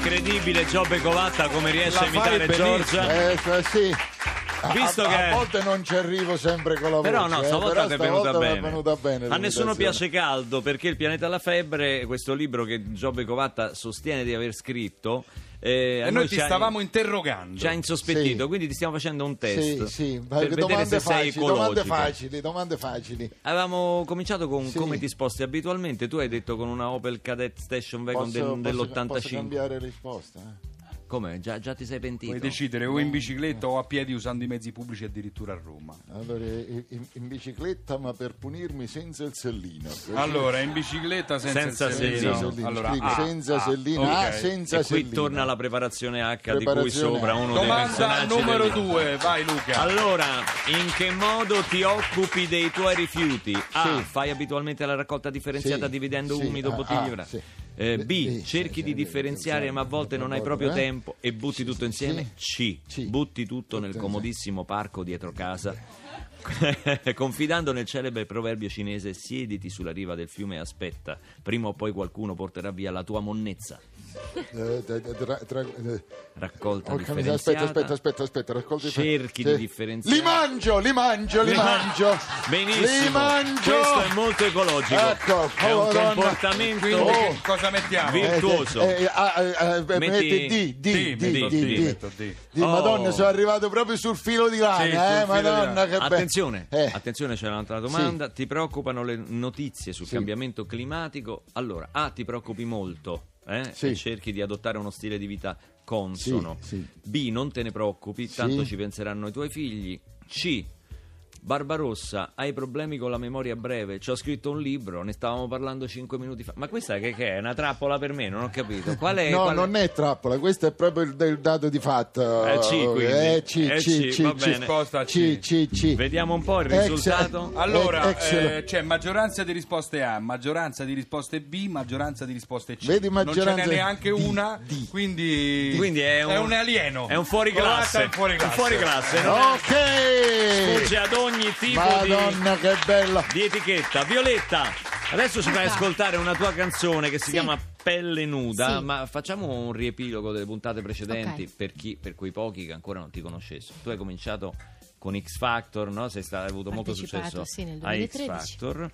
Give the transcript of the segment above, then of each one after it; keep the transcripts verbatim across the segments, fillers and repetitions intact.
incredibile Giobbe Covatta come riesce La a imitare fai Giorgia. Eh, sì. Visto a, che a volte non ci arrivo sempre con la voce, però no, stavolta eh, ti è però venuta stavolta bene. è venuta bene A nessuno l'imitazione. piace caldo, perché Il pianeta alla febbre, questo libro che Giobbe Covatta sostiene di aver scritto, eh, E a noi ti ci ha- stavamo interrogando. ci ha insospettito, Sì. quindi ti stiamo facendo un test Sì, sì, per vedere domande se sei facili, domande ecologico. facili, domande facili. Avevamo cominciato con Sì. come ti sposti abitualmente. Tu hai detto con una Opel Kadett Station Wagon Posso, del- posso- dell'ottantacinque. posso cambiare risposta? eh? Come? Già, già ti sei pentito? Puoi decidere o in bicicletta o a piedi usando i mezzi pubblici addirittura a Roma. Allora, in, in bicicletta, ma per punirmi senza il sellino. Così- Allora, in bicicletta senza, Senza il sellino. sellino. Senza sellino, Allora, scrivi ah, senza ah, sellino, ok. ah, senza E qui sellino. torna la preparazione H di cui Preparazione sopra H. uno dei Domanda personaggi numero del- due, vai Luca. Allora, in che modo ti occupi dei tuoi rifiuti? A. Sì. Fai abitualmente la raccolta differenziata Sì, dividendo sì, umido ah, bottiglie. ah, sì. Eh, B. Sì, Cerchi sì, di sì, differenziare, sì, ma a volte sì, non hai sì, proprio eh? tempo e butti Sì, tutto sì, insieme. C. sì. Butti tutto nel Tutto comodissimo parco dietro casa. Confidando nel celebre proverbio cinese, siediti sulla riva del fiume e aspetta, prima o poi qualcuno porterà via la tua monnezza. Eh, tra- tra- tra- eh, Raccolta Porca miseria, differenziata. aspetta, aspetta, aspetta, raccolti Cerchi sì. di differenziare. Li mangio, li mangio, li mangio. Benissimo. Li mangio. Questo è molto ecologico. Ecco, è un oh, Madonna. comportamento Quindi Oh. che cosa mettiamo? Vi- virtuoso. Eh, eh, ah, eh, eh, Metti- metti D, Di, D, D, metto D, di, D. metto di. Di, Oh. Madonna, sono arrivato proprio sul filo di lana, Sì, sul eh, filo di Madonna, lana. che bello. Attenzione, Eh. attenzione, c'è un'altra domanda. Ti preoccupano le notizie sul Sì. cambiamento climatico? Allora, A, ti preoccupi molto eh, Sì. e cerchi di adottare uno stile di vita consono. Sì, sì. B, non te ne preoccupi, tanto Sì. ci penseranno i tuoi figli. C, Barbarossa, hai problemi con la memoria breve? Ci ho scritto un libro, ne stavamo parlando cinque minuti fa. Ma questa che, che è? Una trappola per me? Non ho capito. Qual è? No, qual non è trappola, questo è proprio il, il dato di fatto. È C, quindi. Eh, C, È C, C, va C, bene. Risposta a C, C. C, C. Vediamo un po' il Ex- risultato. Allora, Ex- eh, c'è maggioranza di risposte A, maggioranza di risposte B, maggioranza di risposte C. Vedi, non maggioranza ce n'è neanche D, una, D. quindi, Quindi è un, alieno. È un fuoriclasse. Covatta è un fuoriclasse. Un fuoriclasse, non è- Ok. Sfugge ad ogni tipo Madonna, che bella. di, di etichetta. Violetta, adesso ci fai ascoltare una tua canzone che si Sì. chiama Pelle nuda, Sì. ma facciamo un riepilogo delle puntate precedenti Ok. per chi, per quei pochi che ancora non ti conoscessero. Tu hai cominciato con X Factor, no? Sei stato, hai avuto molto Partecipato, successo sì, nel a X duemilatredici. Factor.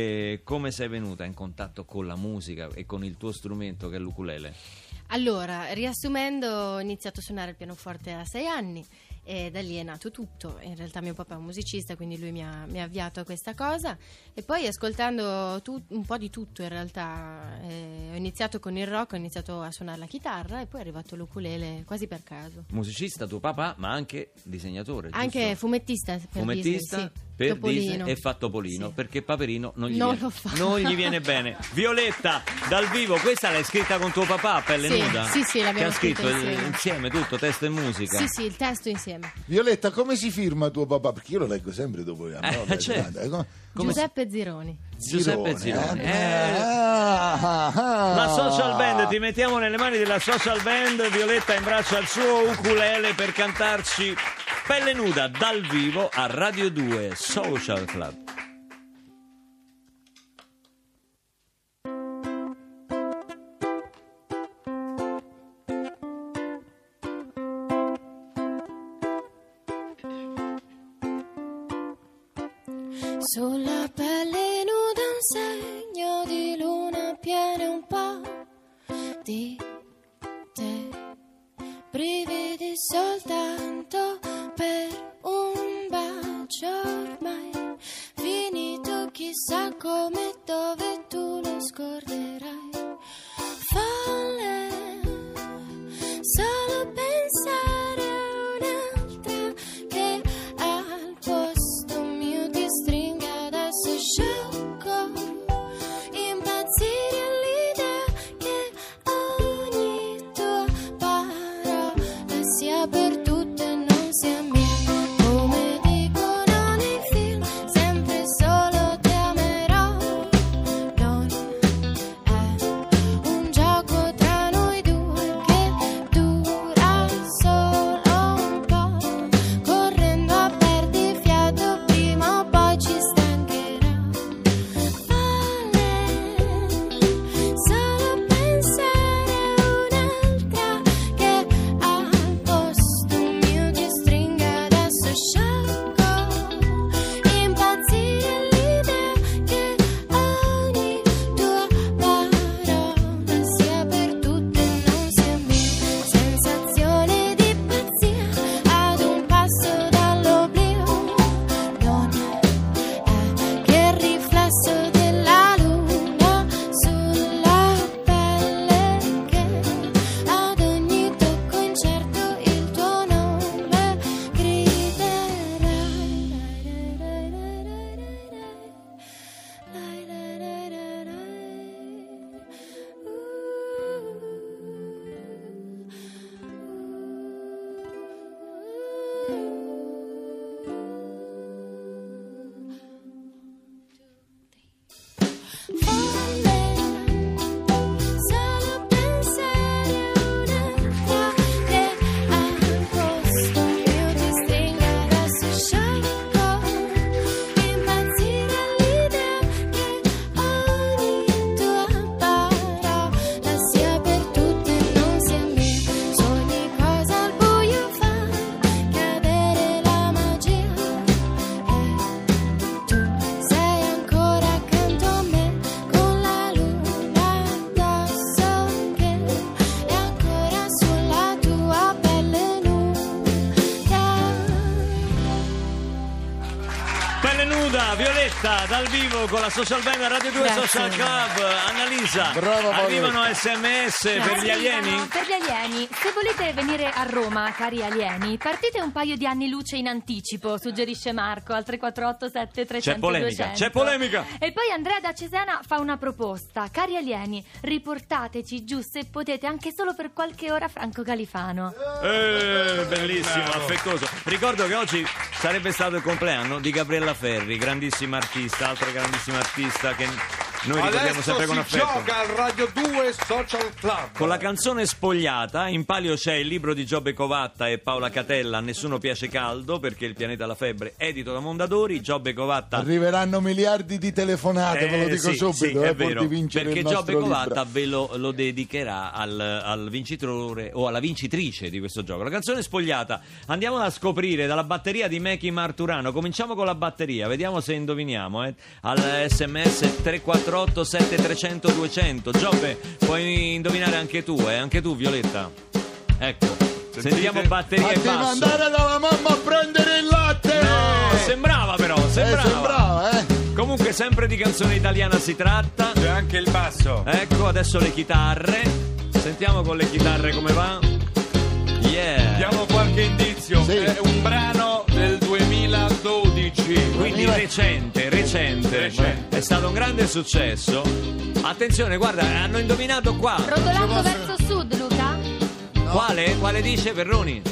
E come sei venuta in contatto con la musica e con il tuo strumento che è l'ukulele? Allora, riassumendo, ho iniziato a suonare il pianoforte a sei anni e da lì è nato tutto. In realtà mio papà è un musicista, quindi lui mi ha, mi ha avviato a questa cosa, e poi ascoltando tu- un po' di tutto in realtà, eh, ho iniziato con il rock, ho iniziato a suonare la chitarra e poi è arrivato l'ukulele quasi per caso. Musicista tuo papà, ma anche disegnatore, Anche giusto? fumettista per Fumettista Disney, sì. per Topolino. Disney e fa Topolino, Sì. perché Paperino non gli, Non viene, lo fa. non gli viene bene. Violetta, dal vivo, questa l'hai scritta con tuo papà a Pelle Sì, nuda? sì, sì, l'abbiamo Che ha scritto scritta il- insieme. insieme tutto, testo e musica. Sì, sì, il testo insieme. Violetta, come si firma tuo papà? Perché io lo leggo sempre dopo. Eh, no? certo. Eh, come- Come Giuseppe Zironi. Giuseppe Zironi. eh? Eh, Ah, ah, La ah. social band, ti mettiamo nelle mani della social band. Violetta imbraccia il suo ukulele per cantarci Pelle nuda dal vivo a Radio due Social Club. Sulla pelle nuda un segno di luna piena e un po' di te, brividi soltanto per un bacio ormai finito, chissà come e dove tu lo scorderai. Folle, solo pensare a un'altra che al posto mio ti stringa, adesso sciocco impazzire all'idea che ogni tua parola sia per tutte e non sia mia, come dicono nei film, sempre solo ti amerò, non Annalisa dal vivo con la social band a Radio due Grazie. Social Club. Annalisa, Brava, arrivano Paoletta. sms per gli alieni? Per gli alieni, se volete venire a Roma, cari alieni, partite un paio di anni luce in anticipo, suggerisce Marco al tre quattro otto sette tre zero zero C'è polemica, duecento. c'è polemica. E poi Andrea da Cesena fa una proposta. Cari alieni, riportateci giù se potete anche solo per qualche ora Franco Califano. Eh, bellissimo, affettuoso. Ricordo che oggi sarebbe stato il compleanno di Gabriella Ferri, grandissima artista, altra grandissima artista che noi ricordiamo Adesso sempre con si affetto. gioca al Radio due Social Club. Con la canzone Spogliata, in palio c'è il libro di Giobbe Covatta e Paola Catella, A nessuno piace caldo, perché il pianeta ha la febbre, edito da Mondadori. Giobbe Covatta... Arriveranno miliardi di telefonate, ve lo Eh, dico sì, subito, sì, eh, è pur vero, di vincere perché il nostro Giobbe libro. Covatta ve lo, lo dedicherà al, al vincitore o alla vincitrice di questo gioco. La canzone Spogliata, andiamola a scoprire dalla batteria di Mechi Marturano. Cominciamo con la batteria, vediamo se indoviniamo, eh. Al sms tre quattro otto sette tre zero zero duecento. Giobbe, puoi indovinare anche tu, eh? Anche tu, Violetta. Ecco, sentiamo batteria Ma e devi basso. andare dalla mamma a prendere il latte! No, sembrava però, sembrava. Eh, sembrava, eh! Comunque sempre di canzone italiana si tratta. C'è anche il basso. Ecco, adesso le chitarre. Sentiamo con le chitarre come va. Yeah. Diamo qualche indizio. Sì. È un brano del duemiladodici. Quindi recente, recente. Recente. È stato un grande successo. Attenzione, guarda, hanno indovinato qua. Rotolando verso sud, Luca? Quale? Quale dice Perroni?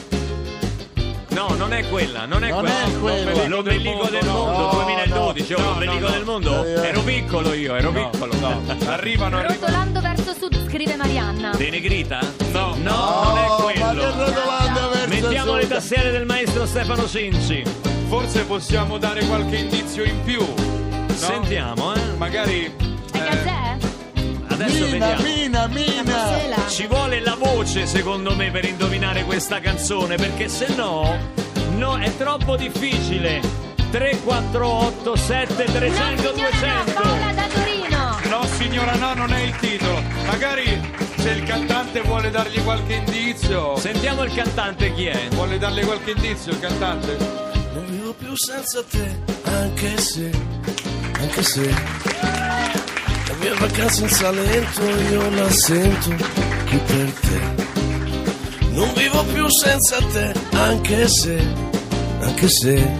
No, non è quella, non è Non quella. è quella. L'ombelico del mondo, No, duemiladodici. Oh, no. l'ombelico No, no, del mondo. Eh, eh. Ero piccolo io, ero No, piccolo. no. Arrivano, arrivano. Rotolando verso sud, scrive Marianna. De Negrita? No. No, Oh, non è ma quello. che rotolando verso Mettiamo le sud. tastiere del maestro Stefano Cinci. Forse possiamo dare qualche indizio in più. No? Sentiamo, eh. Magari. È Gazzè? Adesso Mina, vediamo. Mina, Mina! Marcela. Ci vuole la voce, secondo me, per indovinare questa canzone, perché se no, no, è troppo difficile. tre quattro otto sette tre zero No, zero signora, no, duecento. Paola da Torino. No, signora, no, non è il titolo. Magari se il cantante vuole dargli qualche indizio. Sentiamo il cantante chi è. Vuole darle qualche indizio il cantante? Non vivo più senza te, anche se, anche se la mia vacanza in Salento io la sento qui per te. Non vivo più senza te, anche se, anche se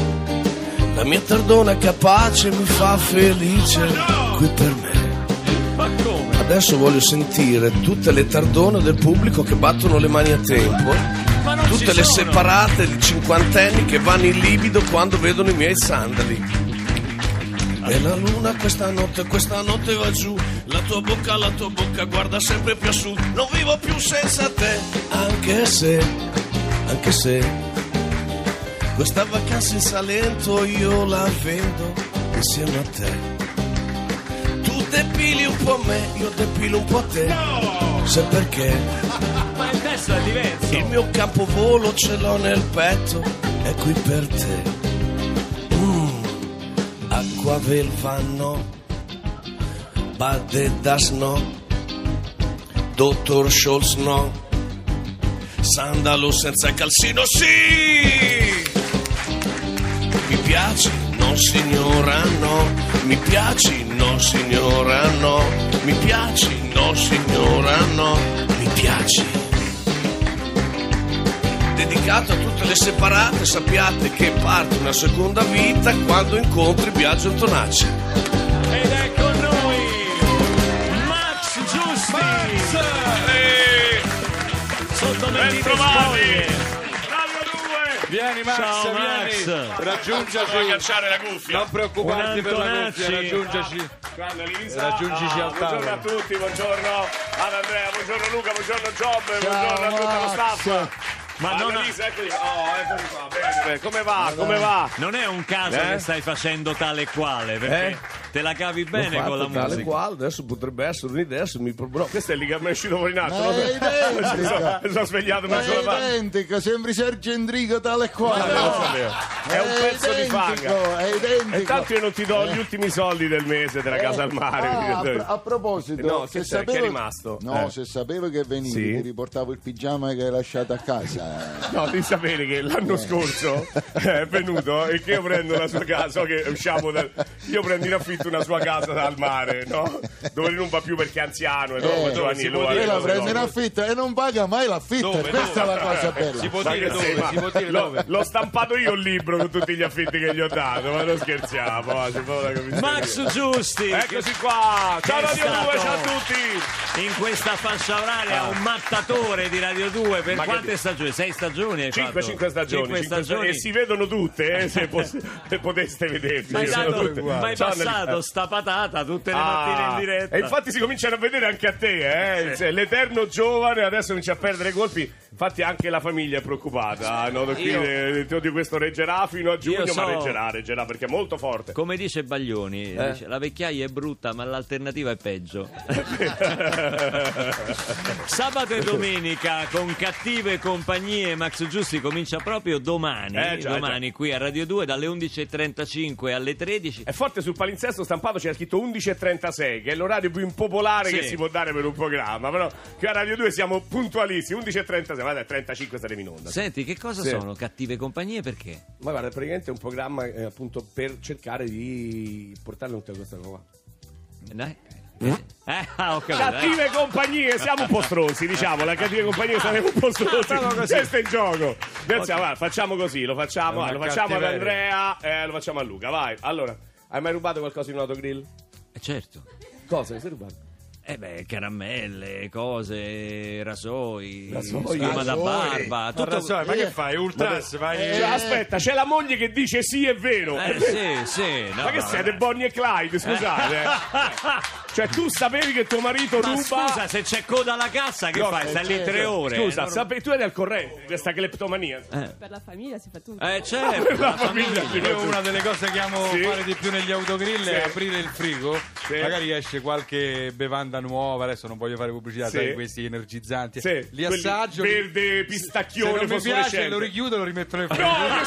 la mia tardona capace mi fa felice qui per me. Ma come? Adesso voglio sentire tutte le tardone del pubblico che battono le mani a tempo. Ma non Tutte ci le sono. separate di cinquantenni che vanno in libido quando vedono i miei sandali. E la luna questa notte, questa notte va giù. La tua bocca, la tua bocca guarda sempre più a sud. Non vivo più senza te, anche se, anche se questa vacanza in Salento io la vedo insieme a te. Tu depili un po' me, io depilo un po' te. Sai perché? Ma il testo è diverso. Il mio capovolo ce l'ho nel petto, è qui per te. Mm, acqua velva no, Badedas no, Dottor Scholz no, sandalo senza calzino sì! Mi piaci? No signora no, mi piaci? No signora no, mi piaci? No signora no, mi piaci. Dedicato a tutte le separate, sappiate che parte una seconda vita quando incontri Biagio Antonacci. Ed è con noi Max Giusti. Max! Sotto Ben mentite trovati. spoglie. Vieni Max, Ciao, vieni. Max. Raggiungiaci. agganciare la cuffia. Non preoccuparti Un per la Antonacci. cuffia, raggiungici. Grande Elisa. Raggiungici Ah, al buongiorno tavolo. a tutti, buongiorno ad Andrea, buongiorno Luca, buongiorno Giobbe, Ciao, buongiorno a tutto lo Max. staff. Ma non, Annalisa, eccoli qua. Oh, eccoli qua. Bene, bene. Come va? Come va? non è un caso Eh? che stai facendo tale e quale, perché Eh? te la cavi bene con la musica. quale, adesso potrebbe essere un'idea se mi provo. Questo è lì che mi è uscito fuori in alto. Ma è identica. Mi sono, mi sono svegliato Ma mezzo è la parte. identico, sembri Sergio Endrigo tale e quale. Non lo sapevo. È un pezzo di identico, fanga. è identico. E intanto io non ti do gli ultimi soldi del mese della casa al mare. Ah, a, quindi- pro- a proposito, No, se che c'è? sapevo, Che è rimasto? No, Eh. se sapevo che venivi, Sì. ti riportavo il pigiama che hai lasciato a casa. No, devi sapere che l'anno scorso è venuto e che io prendo la sua casa, so che usciamo dal, io prendo in affitto una sua casa al mare, no? Dove non va più perché è anziano e dopo Eh, Giovanni si lo può Lei dire la lo- prende in affitto e non paga mai l'affitto, Dove, e questa dove? è la cosa bella. Si può Ma dire che sei, dove? ma Si può dire l'ho, dove? l'ho stampato io il libro con tutti gli affitti che gli ho dato, ma non scherziamo, va, c'è proprio la commissione. Max Giusti, Eccoci qua, ciao Che è Radio due, stato ciao a tutti. in questa fascia oraria un mattatore di Radio due per Ma che quante di- stagioni? Sei stagioni hai Cinque, fatto? cinque stagioni, Cinque cinque stagioni. e si vedono tutte, eh, se, pos- se poteste vederli. Ma hai, sono dato- tutte. ma hai Ciao, passato Annalisa. sta patata tutte le Ah, mattine in diretta. E infatti si cominciano a vedere anche a te, eh? Cioè, l'eterno giovane adesso comincia a perdere colpi. Infatti anche la famiglia è preoccupata, no? Qui Io- eh, di questo reggerà fino a giugno, Io so- ma reggerà, reggerà perché è molto forte. Come dice Baglioni, Eh? dice, la vecchiaia è brutta ma l'alternativa è peggio. Sabato e domenica con Cattive Compagnie Max Giusti comincia proprio domani, Eh, già, domani qui a Radio due dalle undici e trentacinque alle tredici. È forte sul palinsesto stampato, c'era scritto undici e trentasei, che è l'orario più impopolare Sì. che si può dare per un programma. Però qui a Radio due siamo puntualissimi, undici e trentasei, guarda, trentacinque saremo in onda. Senti, che cosa Sì. sono Cattive Compagnie? Perché? Ma guarda, praticamente è un programma eh, appunto per cercare di portarle un questa roba qua. Dai. Eh, ah, ho capito. eh. Cattive compagnie, siamo un po' stronzi, diciamo, la cattive compagnie saremo un po' stronzi. Proprio così. Questo è il gioco. Pensa, guarda, facciamo così, lo facciamo, È una lo facciamo ad cattiveria. Andrea, eh, lo facciamo a Luca, vai. Allora, hai mai rubato qualcosa in un autogrill? Eh, certo. Cosa? Che sei rubato? Eh beh, caramelle, cose, rasoi, Rasoi, schiuma da rasoi. barba, Ma, tutto... Razzoy, ma che fai? Ultras? Vai... Cioè, aspetta, c'è la moglie che dice sì, è vero. Eh sì, sì, no, Ma che no, siete no. Bonnie e Clyde, scusate. eh. Cioè, tu sapevi che tuo marito Ma ruba. scusa, se c'è coda alla cassa, che No, fai? eh, Stai lì certo. tre ore. Scusa, eh, sape- tu eri al corrente di questa cleptomania. Per la famiglia si fa tutto. Eh certo, la famiglia. famiglia. Io una delle cose che amo Sì. fare di più negli autogrill è Sì. aprire il frigo, Sì. magari esce qualche bevanda nuova, adesso non voglio fare pubblicità, Sì. sai, questi energizzanti, Sì, li quelli assaggio, verde, se pistacchione, non mi piace fosforescente. lo richiudo e lo rimetto nel frigo. No, che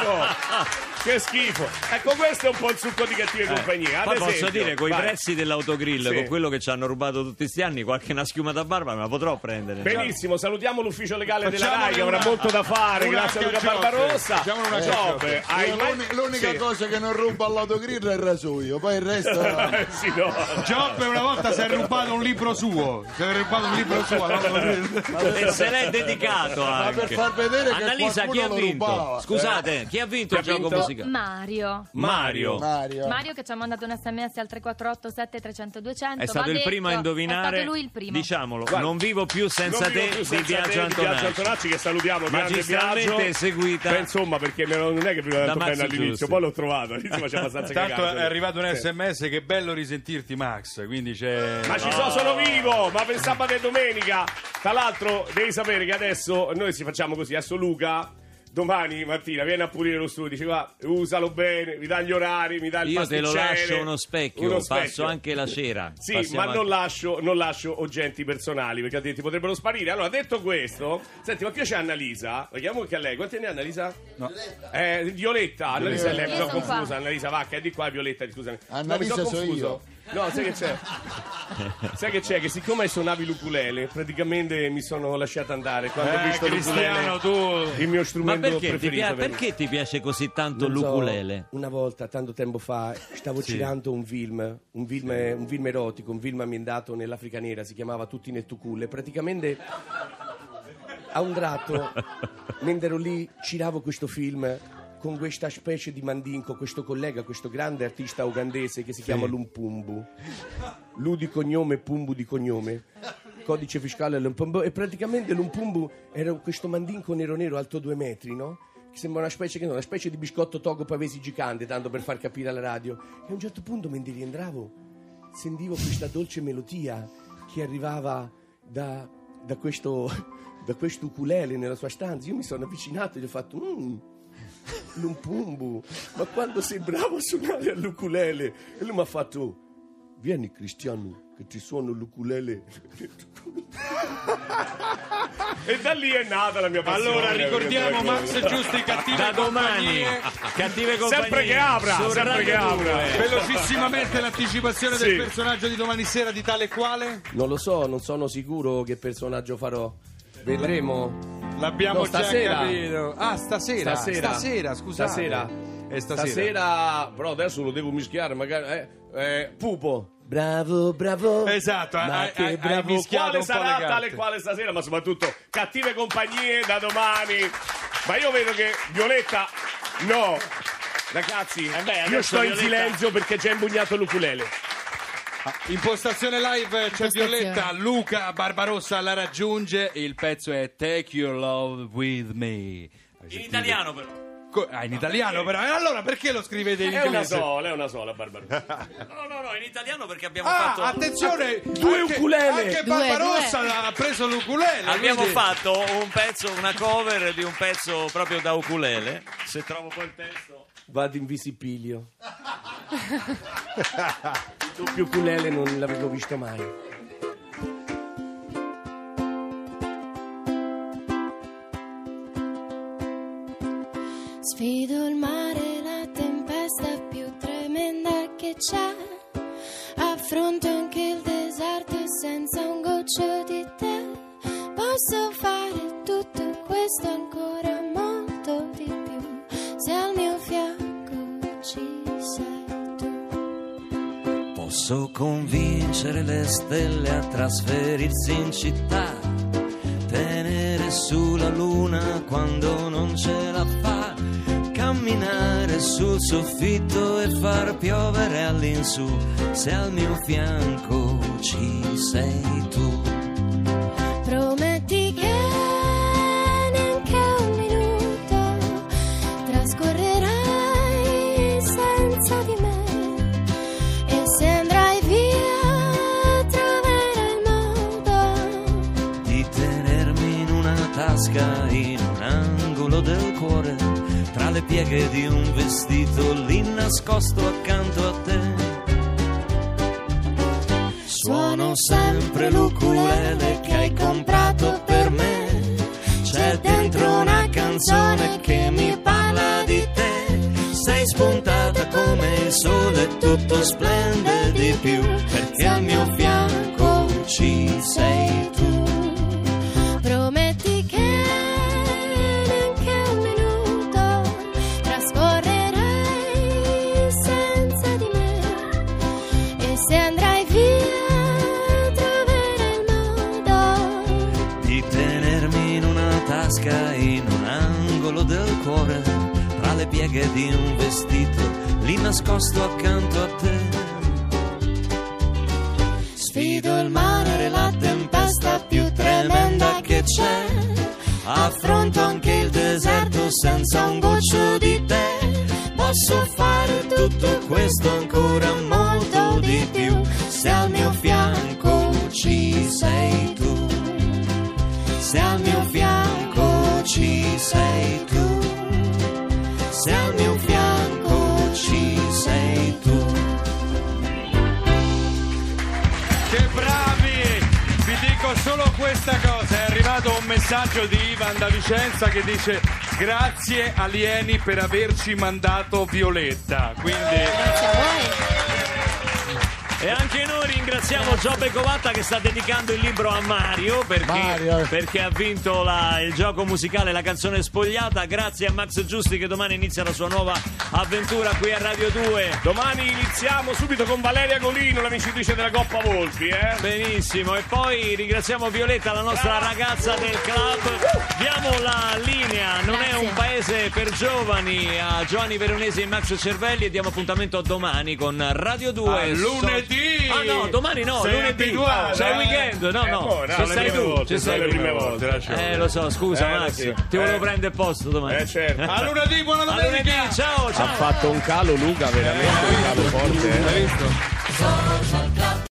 schifo! Che schifo! Ecco, questo è un po' il succo di cattive compagnie. Ad Poi posso esempio, dire, con i vai. prezzi dell'autogrill, Sì. con quello che ci hanno rubato tutti questi anni, qualche una schiuma da barba me la potrò prendere. Benissimo, salutiamo l'ufficio legale della Facciamone Rai che avrà una- molto da fare, una grazie a Luca anche a Giobbe. Barbarossa. Facciamone una anche a Giobbe, Giobbe. hai Io mai- l'uni- l'unica Sì. cosa che non ruba all'autogrill è il rasoio, poi il resto. Eh, sì, no. Giobbe una volta si è rubato un libro suo, si è rubato un libro suo all'autogrill. E se l'è dedicato Ma per anche. far vedere che Annalisa, chi ha qualcuno lo vinto? rubava. Scusate, chi ha vinto il Chi ha gioco vinto? musicale? Mario. Mario. Mario. Mario che ci ha mandato un sms al tre quattro otto sette tre zero zero due zero zero. È stato va il detto, primo a indovinare. È stato lui il primo. Diciamolo, Guarda, non vivo più senza Non vivo te più di senza Biagio te di Biagio Antonacci. Antonacci, che salutiamo, grande Magistralmente Biagio. eseguita. Beh, insomma, perché mi- non è che prima Da l'ho detto Max bene all'inizio, Giusti. poi l'ho trovato, all'inizio faceva abbastanza Tanto cagato. è arrivato un Sì. sms che bello risentirti Max, quindi c'è... Ma ci sono, sono vivo, ma per sabato e domenica. Tra l'altro devi sapere che adesso noi si facciamo così, adesso Luca domani mattina viene a pulire lo studio, dice va, usalo bene, mi dà gli orari, mi dà il Io te lo pasticcere, lascio uno specchio, uno passo specchio. anche la cera. Sì, Passiamo ma non anche- lascio, non lascio oggetti personali perché altrimenti potrebbero sparire. Allora, detto questo, senti, ma qui c'è Annalisa. Vediamo che a lei. Quanti anni ha Annalisa? No. Eh, Violetta. Annalisa, lei mi Io sono sono confusa. qua. Annalisa, va, che è di qua, Violetta, scusami. Annalisa no, mi sono so confuso. io. No, sai che c'è? Sai che c'è? Che siccome suonavi l'ukulele, praticamente mi sono lasciato andare. Quando ho Eh, visto Cristiano, l'ukulele, tu... il mio Ma strumento perché ti, preferito. pia- per- perché ti piace così tanto Non so, l'ukulele? una volta, tanto tempo fa, stavo girando un film, un film, un film erotico, un film ambientato nell'Africa Nera, si chiamava Tutti nel Tukul. Praticamente a un tratto, mentre ero lì, giravo questo film con questa specie di mandinco, questo collega, questo grande artista ugandese che si chiama Lumpumbu. Lu di cognome, Pumbu di cognome. Codice fiscale Lumpumbu. E praticamente Lumpumbu era questo mandinco nero nero alto due metri, no? Che sembra una specie, che no, una specie di biscotto Togo pavesi gigante, tanto per far capire alla radio. E a un certo punto, mentre rientravo, sentivo questa dolce melodia che arrivava da, da questo da questo ukulele nella sua stanza. Io mi sono avvicinato e gli ho fatto mmm, Lumpumbu, ma quando sei bravo a suonare all'ukulele. E lui mi ha fatto: vieni Cristiano che ti suono l'ukulele. E da lì è nata la mia passione. Allora ricordiamo Max Giusti, cattive Da domani, compagnie. cattive compagnie. Sempre che apra, su sempre Radio che apra. due. Velocissimamente l'anticipazione Sì. del personaggio di domani sera di tale e quale? Non lo so, non sono sicuro che personaggio farò. Vedremo. L'abbiamo No, già stasera. capito. Ah, stasera. Stasera. Stasera, scusate. Stasera. È stasera. Stasera, però adesso lo devo mischiare, magari. Eh, eh, Pupo. Bravo, bravo. Esatto, Ma hai, che hai, hai bravo. mischiato Quale un po' le sarà carte. tale quale stasera, ma soprattutto cattive compagnie da domani. Ma io vedo che Violetta, no, ragazzi, Eh beh, io adesso sto in Violetta- silenzio perché c'è imbugnato l'ukulele. Impostazione live, c'è Impostazione. Violetta, Luca Barbarossa la raggiunge. Il pezzo è Take Your Love With Me. In italiano però. Co- Ah, in italiano però. E allora perché lo scrivete in È una inglese? sola, è una sola, Barbara. No, no, no, in italiano perché abbiamo Ah, fatto... attenzione! Due anche- ukulele. Anche Due, Barbarossa due. ha preso l'ukulele. Abbiamo quindi- fatto un pezzo, una cover di un pezzo proprio da ukulele. Se trovo poi il testo... Vado in visibilio. Il doppio ukulele non l'avevo visto mai. Sfido il mare, la tempesta più tremenda che c'è. Affronto anche il deserto senza un goccio di te. Posso fare tutto questo ancora molto di più. Se al mio fianco ci sei tu. Posso convincere le stelle a trasferirsi in città, tenere sulla luna quando non ce la fa, camminare sul soffitto e far piovere all'insù, se al mio fianco ci sei tu. Prometti che neanche un minuto trascorrerai senza di me. E se andrai via troverai il modo Di tenermi in una tasca, in un angolo del cuore, tra le pieghe di un vestito lì nascosto accanto a te. Suono sempre l'ukulele che hai comprato per me. C'è dentro una canzone che mi parla di te. Sei spuntata come il sole e tutto splende di più, perché al mio fianco ci sei tu. Prometti che neanche un minuto trascorrerai senza di me. E se andrai via troverai il modo Di tenermi in una tasca, in un angolo del cuore, tra le pieghe di un vestito lì nascosto accanto a te. Sfido il mare, la tempesta più tremenda che c'è, affronto anche il deserto senza un goccio di te. Posso fare tutto questo ancora molto di più, se al mio fianco ci sei tu. Se al mio fianco ci sei tu. Se al mio fianco ci sei tu. Che bravi! Vi dico solo questa cosa, è arrivato un messaggio di Ivan da Vicenza che dice: grazie alieni per averci mandato Violetta. Quindi Grazie a voi. E anche noi ringraziamo Giobbe Covatta che sta dedicando il libro a Mario perché, Mario. perché ha vinto la- il gioco musicale La canzone spogliata. Grazie a Max Giusti che domani inizia la sua nuova avventura qui a Radio due. Domani iniziamo subito con Valeria Golino, la vincitrice della Coppa Volpi, eh? Benissimo, e poi ringraziamo Violetta, la nostra ragazza del club. Diamo la linea, non è Grazie. un paese per giovani, a Giovanni Veronesi e Max Cervelli, e diamo appuntamento a domani con Radio due. A lunedì! Ah no, domani no, Sei lunedì. abituato, C'è il eh? weekend, no, Eh, no. boh, no, Ci le sei prime tu, volte, ci sono sei le tu. prime volte, ragione. Eh, lo so, scusa Eh, Max, sì. ti volevo Eh. prendere il posto domani. Eh, certo. a lunedì, buona A domenica! lunedì, ciao, ciao. Ha fatto un calo Luca, veramente un calo forte, eh? Hai visto?